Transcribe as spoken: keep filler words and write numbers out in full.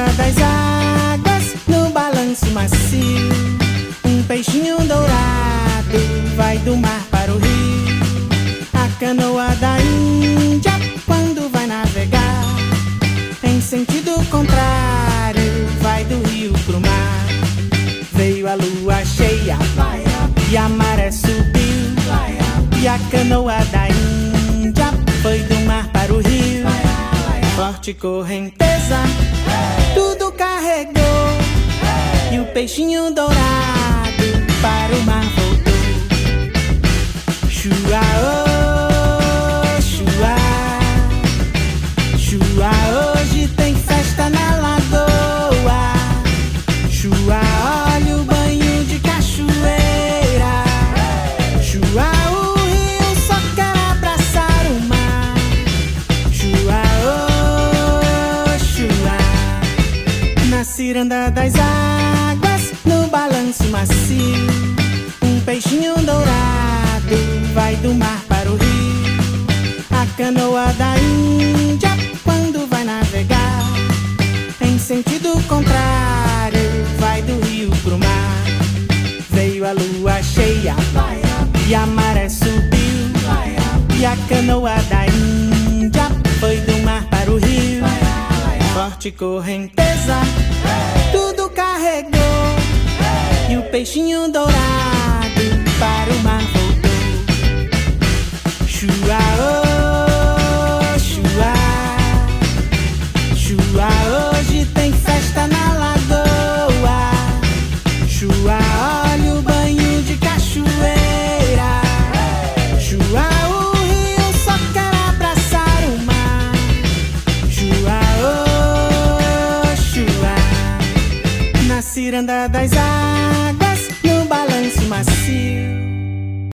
das águas, no balanço macio, um peixinho dourado vai do mar para o rio. A canoa da Índia, quando vai navegar, em sentido contrário, vai do rio pro mar. Veio a lua cheia e a maré subiu, e a canoa da Índia foi do mar para o rio. Forte correnteza, tudo carregou, e o peixinho dourado para o mar voltou. Chua, oh, chua, chua, hoje tem festa na lagoa. Chua, olha o banho de cachoeira. Chua, o rio só quer abraçar o mar. Chua, oh, chua, na ciranda das águas, no balanço macio, um peixinho dourado vai do mar para o rio. A canoa da Índia, quando vai navegar, em sentido contrário, vai do rio pro mar. Veio a lua cheia e a maré subiu, e a canoa da Índia foi do mar para o rio. Forte correnteza, tudo carregou, e o peixinho dourado para o mar voltou. Chua, oh, chua, chua, hoje tem festa na lagoa. Chua, olha o banho de cachoeira. Chua, o rio só quer abraçar o mar. Chua, oh, chua, na ciranda das águas, no balanço macio,